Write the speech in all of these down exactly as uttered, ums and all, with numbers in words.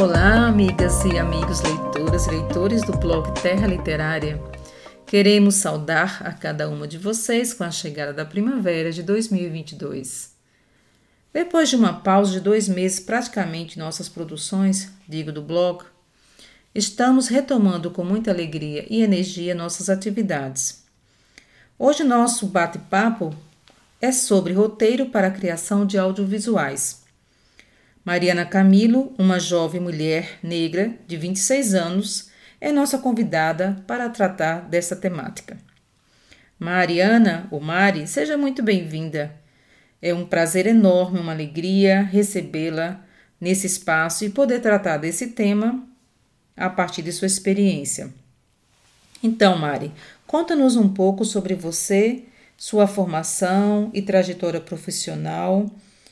Olá, amigas e amigos leitoras e leitores do blog Terra Literária. Queremos saudar a cada uma de vocês com a chegada da primavera de dois mil e vinte e dois. Depois de uma pausa de dois meses praticamente em nossas produções, digo do blog, estamos retomando com muita alegria e energia nossas atividades. Hoje nosso bate-papo é sobre roteiro para a criação de audiovisuais. Mariana Camilo, uma jovem mulher negra de vinte e seis anos, é nossa convidada para tratar dessa temática. Mariana, ou Mari, seja muito bem-vinda. É um prazer enorme, uma alegria recebê-la nesse espaço e poder tratar desse tema a partir de sua experiência. Então, Mari, conta-nos um pouco sobre você, sua formação e trajetória profissional,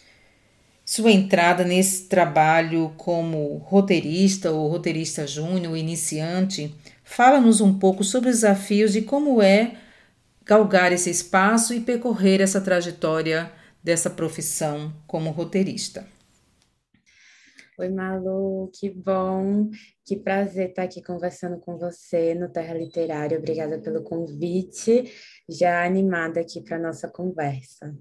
sua entrada nesse trabalho como roteirista ou roteirista júnior, iniciante. Fala-nos um pouco sobre os desafios e como é galgar esse espaço e percorrer essa trajetória dessa profissão como roteirista. Oi, Malu, que bom, que prazer estar aqui conversando com você no Terra Literária. Obrigada pelo convite, já animada aqui para a nossa conversa.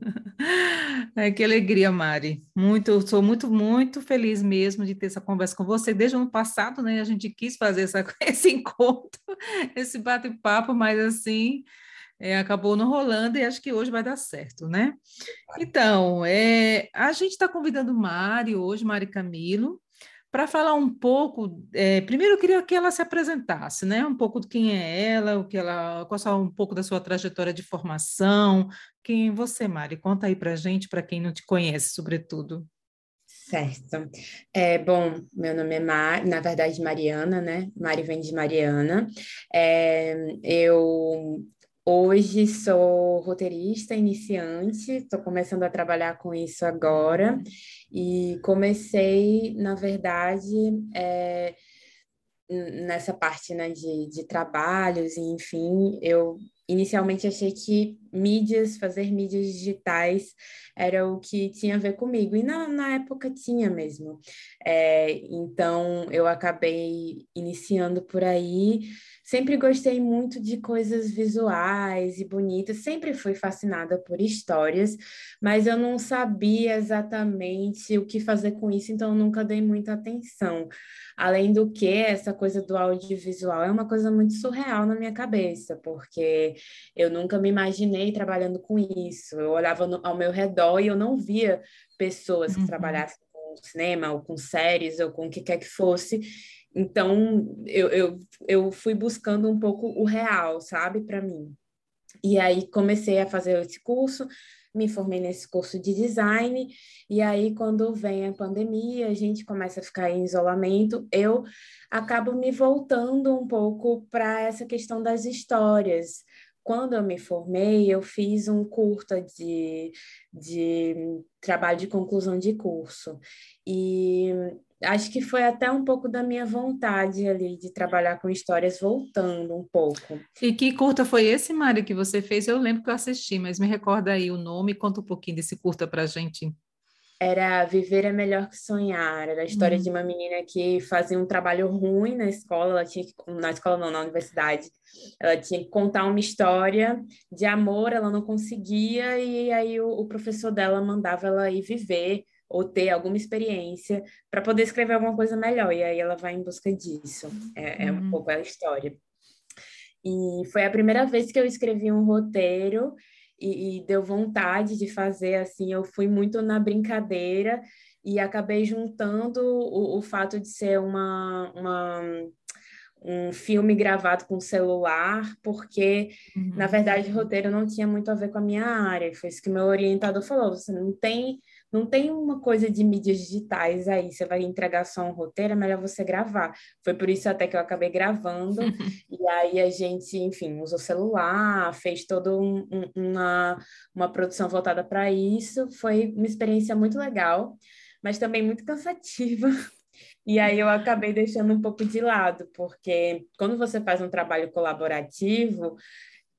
É, que alegria, Mari. Muito, sou muito, muito feliz mesmo de ter essa conversa com você. Desde o ano passado, né, a gente quis fazer essa, esse encontro, esse bate-papo, mas assim, é, acabou não rolando e acho que hoje vai dar certo, né? Então, é, a gente está convidando Mari hoje, Mari Camilo, para falar um pouco. É, primeiro, eu queria que ela se apresentasse, né? Um pouco de quem é ela, o que ela, qual é um pouco da sua trajetória de formação. Quem é você, Mari? Conta aí para a gente, para quem não te conhece, sobretudo. Certo. É, bom, meu nome é Mar, na verdade, Mariana, né? Mari vem de Mariana. É, eu hoje sou roteirista iniciante, estou começando a trabalhar com isso agora. E comecei, na verdade, é, nessa parte, né, de, de trabalhos, e enfim, eu inicialmente achei que mídias, fazer mídias digitais era o que tinha a ver comigo, e na, na época tinha mesmo. É, então, eu acabei iniciando por aí. Sempre gostei muito de coisas visuais e bonitas, sempre fui fascinada por histórias, mas eu não sabia exatamente o que fazer com isso, então eu nunca dei muita atenção. Além do que, essa coisa do audiovisual é uma coisa muito surreal na minha cabeça, porque eu nunca me imaginei trabalhando com isso. Eu olhava no- ao meu redor e eu não via pessoas que Uhum. trabalhassem com cinema, ou com séries, ou com o que quer que fosse. Então, eu, eu, eu fui buscando um pouco o real, sabe, para mim. E aí comecei a fazer esse curso, me formei nesse curso de design, e aí quando vem a pandemia, a gente começa a ficar em isolamento, eu acabo me voltando um pouco para essa questão das histórias. Quando eu me formei, eu fiz um curta de, de trabalho de conclusão de curso. E acho que foi até um pouco da minha vontade ali de trabalhar com histórias voltando um pouco. E que curta foi esse, Mari, que você fez? Eu lembro que eu assisti, mas me recorda aí o nome, conta um pouquinho desse curta para a gente. Era Viver é Melhor que Sonhar. Era a história de Hum. uma menina que fazia um trabalho ruim na escola, ela tinha que, na escola não, na universidade. Ela tinha que contar uma história de amor, ela não conseguia, e aí o, o professor dela mandava ela ir viver ou ter alguma experiência para poder escrever alguma coisa melhor. E aí ela vai em busca disso. É, é um Hum. pouco a história. E foi a primeira vez que eu escrevi um roteiro e, e deu vontade de fazer assim. Eu fui muito na brincadeira e acabei juntando o, o fato de ser uma, uma, um filme gravado com celular, porque, na Uhum. verdade, o roteiro não tinha muito a ver com a minha área. Foi isso que meu orientador falou: você não tem, não tem uma coisa de mídias digitais aí, você vai entregar só um roteiro, é melhor você gravar. Foi por isso até que eu acabei gravando, e aí a gente, enfim, usou celular, fez toda um, um, uma, uma produção voltada para isso. Foi uma experiência muito legal, mas também muito cansativa. E aí eu acabei deixando um pouco de lado, porque quando você faz um trabalho colaborativo,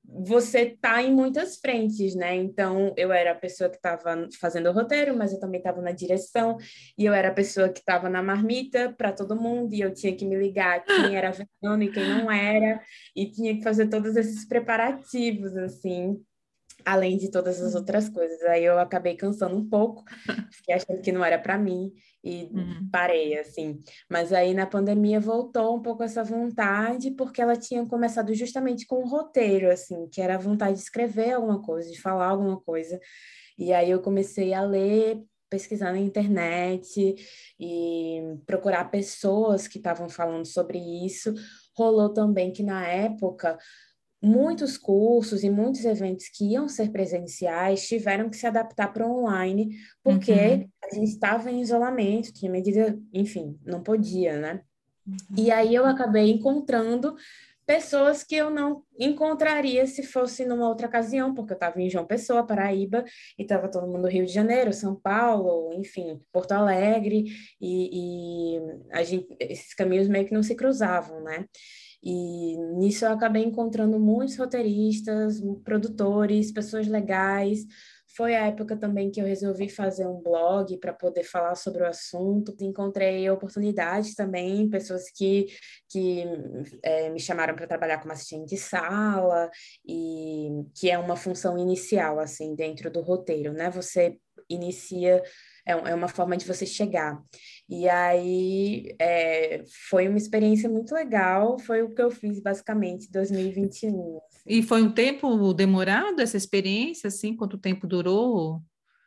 você tá em muitas frentes, né? Então, eu era a pessoa que estava fazendo o roteiro, mas eu também estava na direção, e eu era a pessoa que estava na marmita para todo mundo, e eu tinha que me ligar quem era vegano e quem não era, e tinha que fazer todos esses preparativos, assim, além de todas as outras coisas. Aí eu acabei cansando um pouco, fiquei achando que não era para mim e Uhum. parei, assim. Mas aí na pandemia voltou um pouco essa vontade, porque ela tinha começado justamente com um roteiro, assim, que era a vontade de escrever alguma coisa, de falar alguma coisa. E aí eu comecei a ler, pesquisar na internet e procurar pessoas que estavam falando sobre isso. Rolou também que na época muitos cursos e muitos eventos que iam ser presenciais tiveram que se adaptar para online, porque Uhum. a gente estava em isolamento, tinha medida, enfim, não podia, né? E Uhum. aí eu acabei encontrando pessoas que eu não encontraria se fosse numa outra ocasião, porque eu estava em João Pessoa, Paraíba, e estava todo mundo no Rio de Janeiro, São Paulo, enfim, Porto Alegre, e, e a gente, esses caminhos meio que não se cruzavam, né? E nisso eu acabei encontrando muitos roteiristas, produtores, pessoas legais. Foi a época também que eu resolvi fazer um blog para poder falar sobre o assunto. Encontrei oportunidades também, pessoas que, que é, me chamaram para trabalhar como assistente de sala, e que é uma função inicial, assim, dentro do roteiro, né? Você inicia, é, é uma forma de você chegar. E aí é, foi uma experiência muito legal, foi o que eu fiz basicamente em dois mil e vinte e um, E assim. foi um tempo demorado essa experiência, assim? Quanto tempo durou?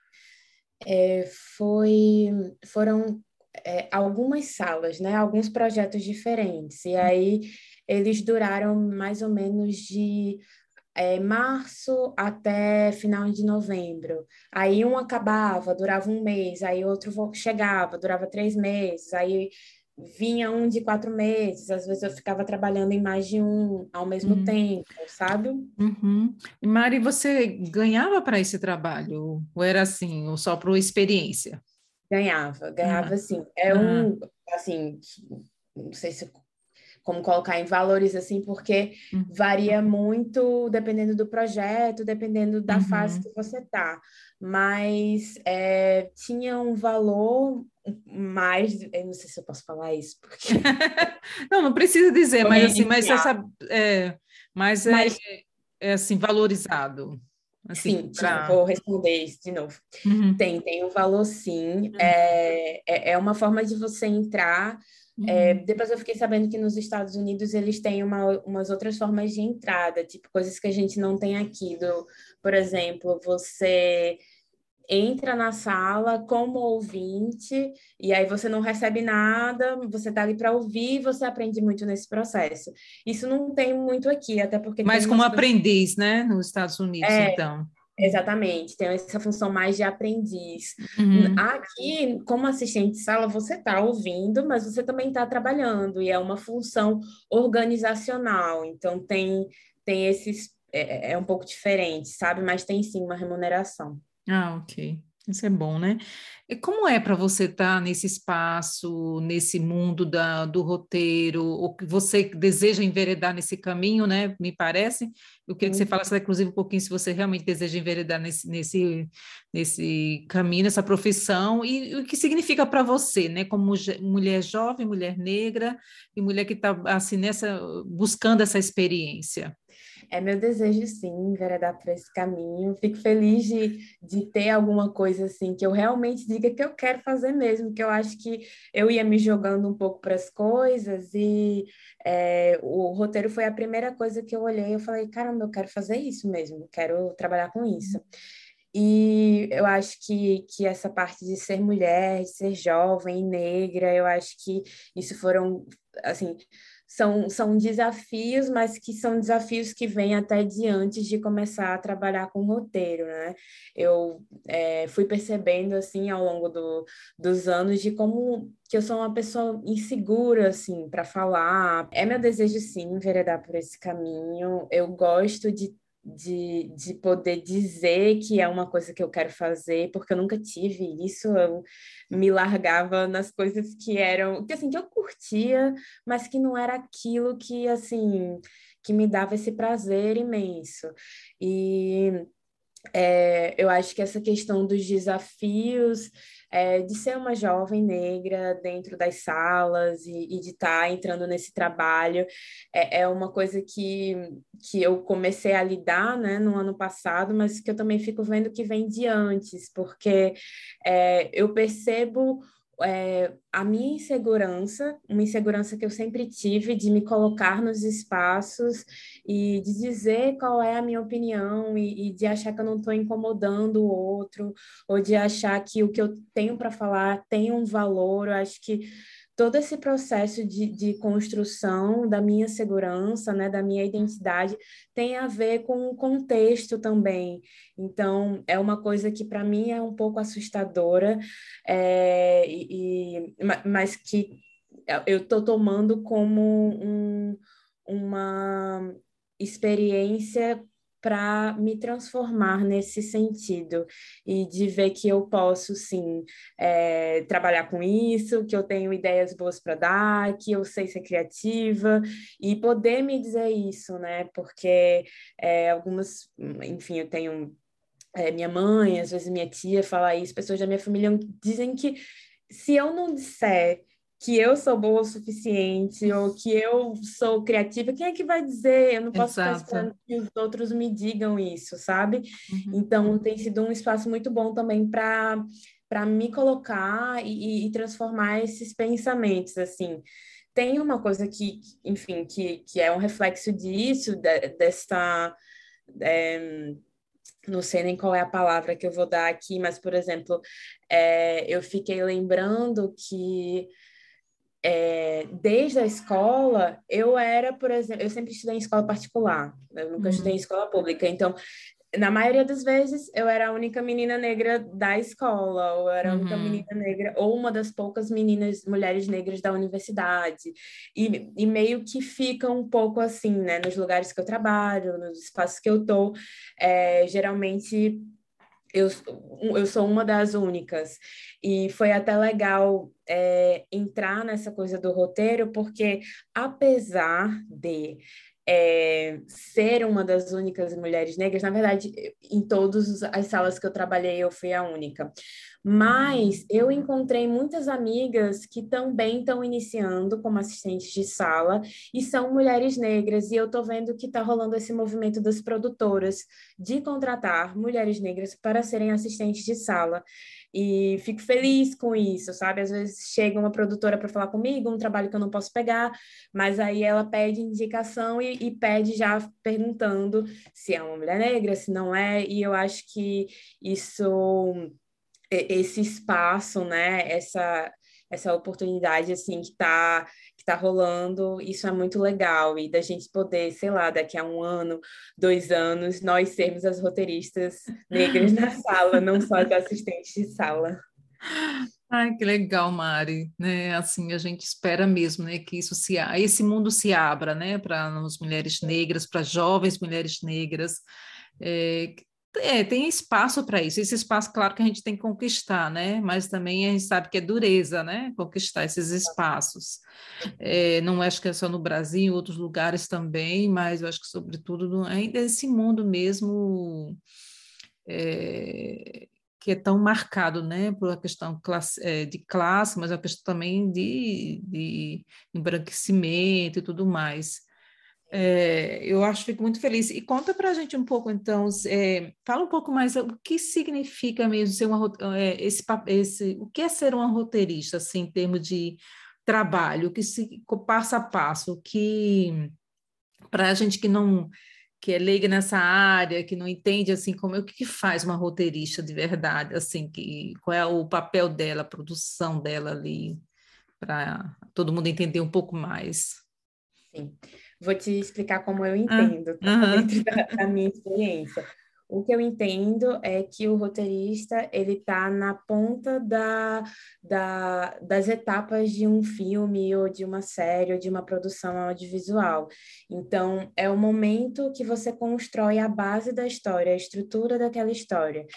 É, foi, foram é, algumas salas, né? Alguns projetos diferentes. E aí eles duraram mais ou menos de é, março até final de novembro. Aí um acabava, durava um mês, aí outro vo- chegava, durava três meses, aí vinha um de quatro meses. Às vezes eu ficava trabalhando em mais de um ao mesmo Hum. tempo, sabe? Uhum. E Mari, você ganhava para esse trabalho? Ou era assim, ou só por experiência? Ganhava, ganhava Ah, assim. É ah, um, assim, não sei se como colocar em valores assim, porque hum, varia muito dependendo do projeto, dependendo da fase uhum. que você tá. Mas é, tinha um valor mais, eu não sei se eu posso falar isso, porque Não, não precisa dizer, mas é assim, mas inicial. essa é, mas é, Mas é assim valorizado, assim, sim, tinha, para. vou responder isso de novo. Uhum, Tem, tem um valor sim. É, é, é uma forma de você entrar. É, uhum. depois eu fiquei sabendo que nos Estados Unidos eles têm uma, umas outras formas de entrada, tipo coisas que a gente não tem aqui. Do, por exemplo, você entra na sala como ouvinte e aí você não recebe nada, você está ali para ouvir e você aprende muito nesse processo. Isso não tem muito aqui, até porque tem Mas como umas coisas. aprendiz, né, nos Estados Unidos, É, então. exatamente, tem essa função mais de aprendiz. Uhum. Aqui, como assistente de sala, você está ouvindo, mas você também está trabalhando, e é uma função organizacional, então tem, tem esses. É, é um pouco diferente, sabe? Mas tem sim uma remuneração. Ah, ok. Isso é bom, né? E como é para você estar nesse espaço, nesse mundo da, do roteiro, ou que você deseja enveredar nesse caminho, né? Me parece. Eu queria que você Sim. falasse, inclusive, um pouquinho se você realmente deseja enveredar nesse, nesse, nesse caminho, nessa profissão, e, e o que significa para você, né? Como muge- mulher jovem, mulher negra e mulher que está assim nessa buscando essa experiência. É meu desejo, sim, enveredar por esse caminho. Fico feliz de, de ter alguma coisa assim que eu realmente diga que eu quero fazer mesmo, que eu acho que eu ia me jogando um pouco para as coisas e é, o roteiro foi a primeira coisa que eu olhei. Eu falei, caramba, eu quero fazer isso mesmo, quero trabalhar com isso. E eu acho que, que essa parte de ser mulher, de ser jovem, negra, eu acho que isso foram, assim, são, são desafios, mas que são desafios que vêm até de antes de começar a trabalhar com roteiro, né? Eu é, fui percebendo, assim, ao longo do, dos anos, de como que eu sou uma pessoa insegura, assim, para falar. É meu desejo, sim, enveredar por esse caminho. Eu gosto de de, de poder dizer que é uma coisa que eu quero fazer, porque eu nunca tive isso, eu me largava nas coisas que eram, que assim, que eu curtia, mas que não era aquilo que, assim, que me dava esse prazer imenso. E é, eu acho que essa questão dos desafios é, de ser uma jovem negra dentro das salas e, e de estar entrando nesse trabalho é, é uma coisa que, que eu comecei a lidar, né, no ano passado, mas que eu também fico vendo que vem de antes, porque é, eu percebo é, a minha insegurança, uma insegurança que eu sempre tive de me colocar nos espaços e de dizer qual é a minha opinião e, e de achar que eu não estou incomodando o outro, ou de achar que o que eu tenho para falar tem um valor. Eu acho que todo esse processo de, de construção da minha segurança, né, da minha identidade, tem a ver com o contexto também. Então, é uma coisa que para mim é um pouco assustadora, é, e, e- ma- mas que eu estou tomando como um, uma experiência para me transformar nesse sentido e de ver que eu posso, sim, é, trabalhar com isso, que eu tenho ideias boas para dar, que eu sei ser criativa e poder me dizer isso, né? Porque é, algumas, enfim, eu tenho é, minha mãe, às vezes minha tia fala isso, pessoas da minha família dizem que se eu não disser que eu sou boa o suficiente ou que eu sou criativa, quem é que vai dizer? Eu não posso ficar Exato. esperando que os outros me digam isso, sabe? Uhum. Então, tem sido um espaço muito bom também para para me colocar e, e transformar esses pensamentos, assim. Tem uma coisa que, enfim, que, que é um reflexo disso, de, dessa... É, não sei nem qual é a palavra que eu vou dar aqui, mas, por exemplo, é, eu fiquei lembrando que é, desde a escola, eu era, por exemplo, eu sempre estudei em escola particular, eu nunca estudei em Uhum. escola pública, então na maioria das vezes, eu era a única menina negra da escola, ou era a única menina Uhum. negra, ou uma das poucas meninas, mulheres negras da universidade. E, e meio que fica um pouco assim, né? Nos lugares que eu trabalho, nos espaços que eu tô, é, geralmente eu, eu sou uma das únicas. E foi até legal, é, entrar nessa coisa do roteiro, porque apesar de é, ser uma das únicas mulheres negras, na verdade, em todas as salas que eu trabalhei, eu fui a única. Mas eu encontrei muitas amigas que também estão iniciando como assistentes de sala e são mulheres negras, e eu estou vendo que está rolando esse movimento das produtoras de contratar mulheres negras para serem assistentes de sala. E fico feliz com isso, sabe? Às vezes chega uma produtora para falar comigo, um trabalho que eu não posso pegar, mas aí ela pede indicação e, e pede já perguntando se é uma mulher negra, se não é, e eu acho que isso, esse espaço, né, essa essa oportunidade assim que está que tá rolando, isso é muito legal e da gente poder, sei lá, daqui a um ano, dois anos, nós sermos as roteiristas negras na sala, não só as assistentes de sala. Ai, que legal, Mari, né? Assim, a gente espera mesmo, né, que isso se, a- esse mundo se abra, né, para as mulheres negras, para jovens mulheres negras. É, que- é, tem espaço para isso. Esse espaço, claro que a gente tem que conquistar, né? Mas também a gente sabe que é dureza, né? Conquistar esses espaços. É, não acho que é só no Brasil, em outros lugares também, mas eu acho que, sobretudo, no, ainda esse mundo mesmo. É, que é tão marcado, né, por uma questão classe, é, de classe, mas é uma questão também de, de embranquecimento e tudo mais. É, eu acho, fico muito feliz. E conta para a gente um pouco, então, é, fala um pouco mais o que significa mesmo ser uma, ro- é, esse, pa- esse, o que é ser uma roteirista, assim, em termos de trabalho, o que se, passo a passo, o que para a gente que não que é leiga nessa área, que não entende assim como é o que que faz uma roteirista de verdade, assim, que qual é o papel dela, a produção dela ali, para todo mundo entender um pouco mais. Sim. Vou te explicar como eu Ah, entendo, tá? aham, Dentro da, da minha experiência. O que eu entendo é que o roteirista, ele tá na ponta da, da, das etapas de um filme ou de uma série ou de uma produção audiovisual. Então, é o momento que você constrói a base da história, a estrutura daquela história.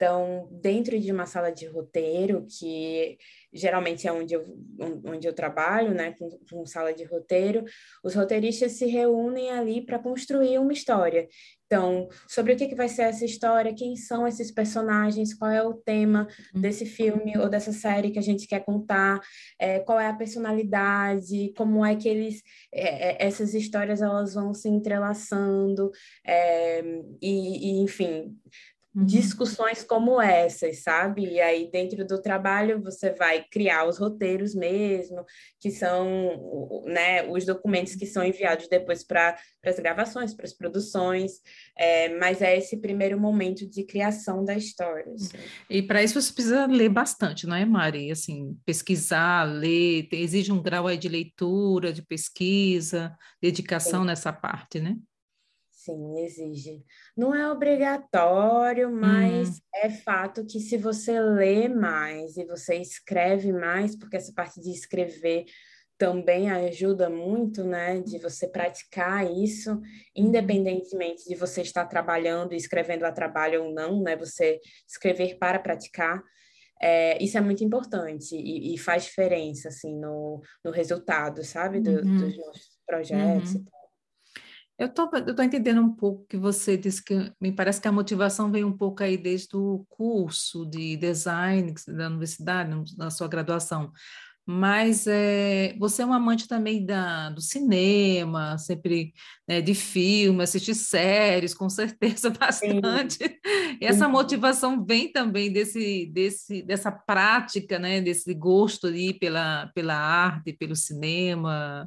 Então, dentro de uma sala de roteiro, que geralmente é onde eu, onde eu trabalho, né, com, com sala de roteiro, os roteiristas se reúnem ali para construir uma história. Então, sobre o que que vai ser essa história, quem são esses personagens, qual é o tema desse filme ou dessa série que a gente quer contar, é, qual é a personalidade, como é que eles, é, é, essas histórias elas vão se entrelaçando, é, e, e, enfim, Uhum. discussões como essas, sabe? E aí, dentro do trabalho, você vai criar os roteiros mesmo, que são, o- né, os documentos que são enviados depois para as gravações, para as produções, é, mas é esse primeiro momento de criação da história, assim. E para isso você precisa ler bastante, não é, Mari? Assim, pesquisar, ler, tem- exige um grau aí de leitura, de pesquisa, dedicação nessa parte, né? Sim, exige. Não é obrigatório, mas Hum, é fato que se você lê mais e você escreve mais, porque essa parte de escrever também ajuda muito, né, de você praticar isso, uhum, independentemente de você estar trabalhando e escrevendo a trabalho ou não, né, você escrever para praticar, é, isso é muito importante e, e faz diferença, assim, no, no resultado, sabe, do- dos uhum, nossos projetos. uhum. Eu tô, eu tô entendendo um pouco que você disse que me parece que a motivação veio um pouco aí desde o curso de design da universidade, na sua graduação. Mas é, você é um amante também da, do cinema, sempre, né, de filme, assistir séries, com certeza Sim, bastante. E essa sim. motivação vem também desse, desse, dessa prática, né, desse gosto ali pela, pela arte, pelo cinema.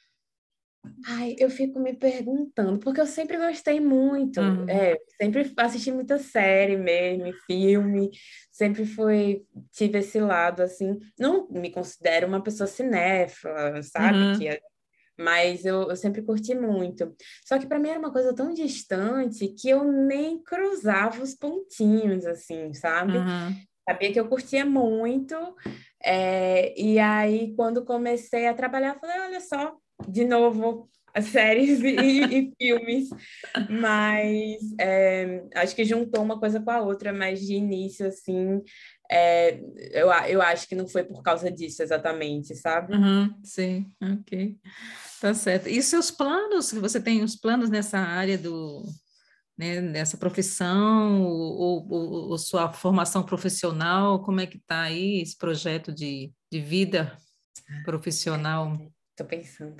Ai, eu fico me perguntando, porque eu sempre gostei muito, Uhum, é, sempre assisti muita série mesmo, e filme, sempre foi, tive esse lado, assim, não me considero uma pessoa cinéfila, sabe, que uhum, é- mas eu, eu sempre curti muito. Só que para mim era uma coisa tão distante que eu nem cruzava os pontinhos, assim, sabe? uhum, Sabia que eu curtia muito, é, e aí quando comecei a trabalhar, eu falei, olha só, de novo, as séries e, e filmes, mas é, acho que juntou uma coisa com a outra, mas de início, assim, é, eu, a- eu acho que não foi por causa disso exatamente, sabe? uhum, sim, ok. Tá certo. E seus planos, você tem os planos nessa área do, né, nessa profissão, ou, ou, ou sua formação profissional, como é que está aí esse projeto de, de vida profissional? Tô pensando.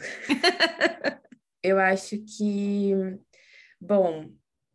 Eu acho que, bom,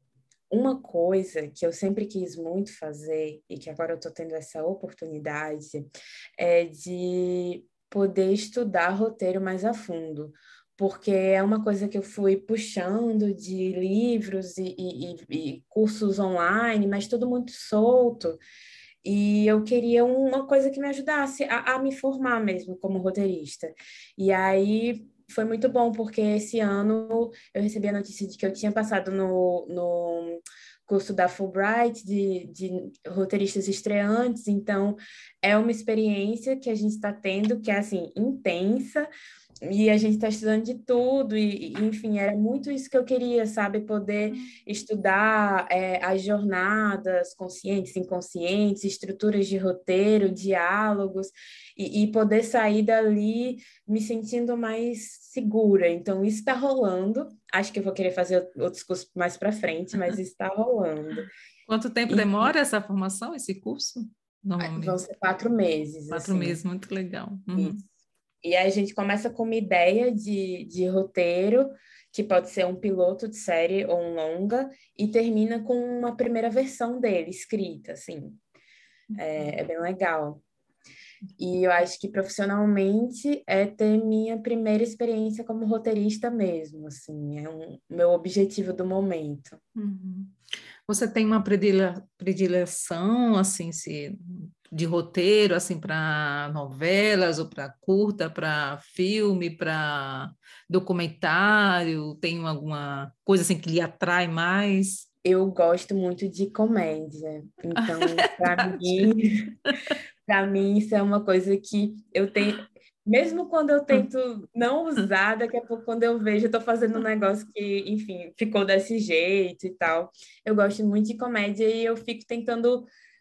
uma coisa que eu sempre quis muito fazer e que agora eu estou tendo essa oportunidade é de poder estudar roteiro mais a fundo, porque é uma coisa que eu fui puxando de livros e, e- e- e cursos online, mas tudo muito solto. E eu queria uma coisa que me ajudasse a, a me formar mesmo como roteirista. E aí foi muito bom, porque esse ano eu recebi a notícia de que eu tinha passado no, no curso da Fulbright de, de roteiristas estreantes, então é uma experiência que a gente está tendo, que é assim, intensa, e a gente está estudando de tudo, e, e, enfim, era muito isso que eu queria, sabe? Poder estudar é, as jornadas conscientes, inconscientes, estruturas de roteiro, diálogos, e, e poder sair dali me sentindo mais segura. Então, isso está rolando. Acho que eu vou querer fazer outros cursos mais para frente, mas isso está rolando. Quanto tempo E demora essa formação, esse curso? vão Normalmente, ser quatro meses, quatro assim. meses, muito legal. Uhum, Isso. E aí a gente começa com uma ideia de, de roteiro, que pode ser um piloto de série ou um longa, e termina com uma primeira versão dele, escrita, assim. É, é bem legal. E eu acho que profissionalmente é ter minha primeira experiência como roteirista mesmo, assim, é um meu objetivo do momento. uhum. Você tem uma predile- predileção, assim, se, de roteiro, assim, para novelas ou para curta, para filme, para documentário? Tem alguma coisa assim que lhe atrai mais? Eu gosto muito de comédia, então, para mim, para mim, isso é uma coisa que eu tenho. Mesmo quando eu tento não usar, daqui a pouco, quando eu vejo, eu tô fazendo um negócio que, enfim, ficou desse jeito e tal. Eu gosto muito de comédia e eu fico tentando.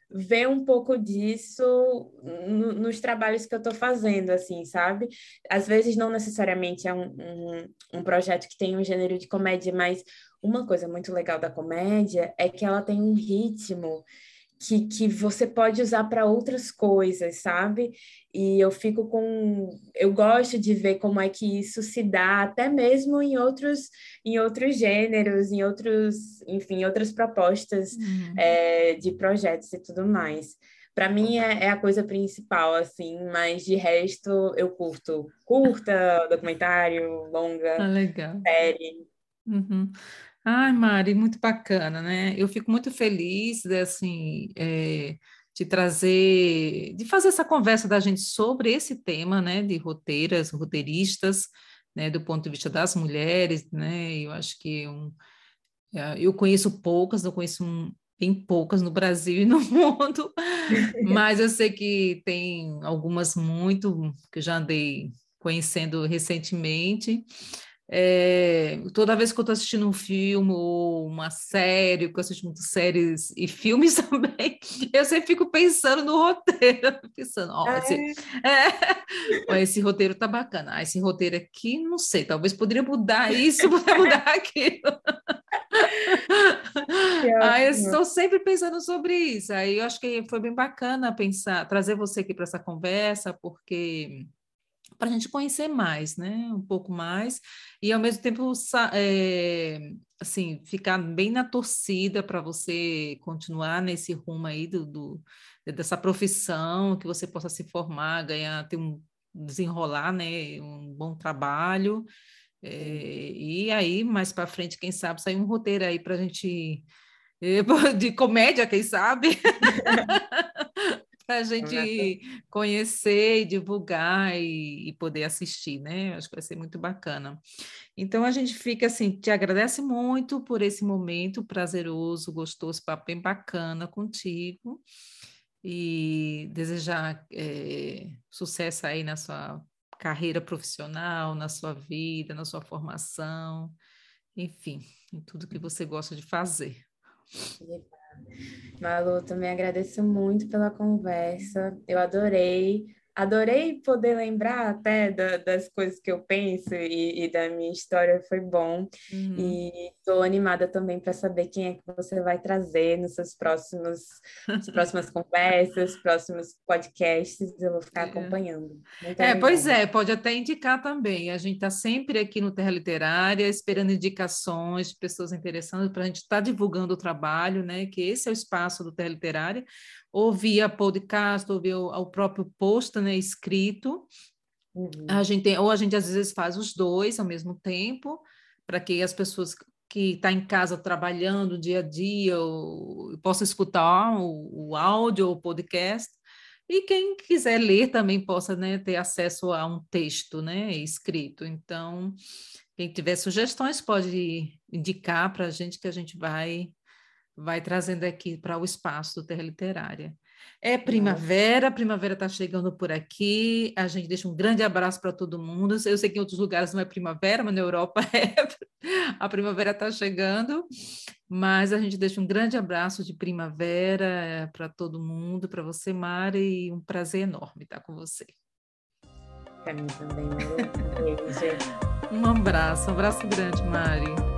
ver um pouco disso no- nos trabalhos que eu estou fazendo, assim, sabe? Às vezes não necessariamente é um, um, um projeto que tem um gênero de comédia, mas uma coisa muito legal da comédia é que ela tem um ritmo que, que você pode usar para outras coisas, sabe? E eu fico com. Eu gosto de ver como é que isso se dá, até mesmo em outros, em outros gêneros, em outros, enfim, outras propostas, Uhum. é, de projetos e tudo mais. Para mim é, é a coisa principal, assim, mas de resto eu curto curta, documentário, Ah, longa, legal. série. Uhum. Ai, Mari, muito bacana, né? Eu fico muito feliz, né, assim, é, de trazer, de fazer essa conversa da gente sobre esse tema, né, de roteiras, roteiristas, né, do ponto de vista das mulheres, né? Eu acho que um, é, eu conheço poucas, eu conheço um, bem poucas no Brasil e no mundo, mas eu sei que tem algumas muito que eu já andei conhecendo recentemente. É, toda vez que eu estou assistindo um filme ou uma série, que eu assisto muitas séries e filmes também, eu sempre fico pensando no roteiro, pensando, ó, esse, É, é, ó, esse roteiro tá bacana, ah, esse roteiro aqui, não sei, talvez poderia mudar isso, poderia mudar aquilo. que Aí eu ótimo. estou sempre pensando sobre isso. Aí eu acho que foi bem bacana pensar, trazer você aqui para essa conversa, porque para a gente conhecer mais, né? Um pouco mais, e ao mesmo tempo sa- é, assim, ficar bem na torcida para você continuar nesse rumo aí do, do- dessa profissão, que você possa se formar, ganhar, ter um desenrolar, né? Um bom trabalho. É, e aí, mais para frente, quem sabe, sair um roteiro aí para a gente eh, de comédia, quem sabe? Para a gente conhecer e divulgar e, e poder assistir, né? Acho que vai ser muito bacana. Então a gente fica assim, te agradece muito por esse momento prazeroso, gostoso, papo bem bacana contigo e desejar eh, sucesso aí na sua carreira profissional, na sua vida, na sua formação, enfim, em tudo que você gosta de fazer. Malu, também agradeço muito pela conversa. Eu adorei. Adorei poder lembrar até da- das coisas que eu penso e, e da minha história, foi bom. Uhum. E estou animada também para saber quem é que você vai trazer nos seus próximos, nas próximas conversas, próximos podcasts. Eu vou ficar acompanhando. Muito É, pois animada. é, pode até indicar também. A gente está sempre aqui no Terra Literária, esperando indicações de pessoas interessadas para a gente estar divulgando o trabalho, né? Que esse é o espaço do Terra Literária, ou via podcast, ou via o, o próprio post, né, escrito. A Uhum. gente tem, ou a gente às vezes faz os dois ao mesmo tempo, para que as pessoas que estão em casa trabalhando dia a dia ou, possam escutar o, o áudio ou o podcast. E quem quiser ler também possa, né, ter acesso a um texto, né, escrito. Então, quem tiver sugestões pode indicar para a gente que a gente vai vai trazendo aqui para o espaço do Terra Literária. É primavera, a primavera está chegando por aqui. A gente deixa um grande abraço para todo mundo. Eu sei que em outros lugares não é primavera, mas na Europa é. A primavera está chegando, mas a gente deixa um grande abraço de primavera para todo mundo, para você, Mari, e um prazer enorme estar com você. Para mim também, Malu. Um beijo. Um abraço, um abraço grande, Mari.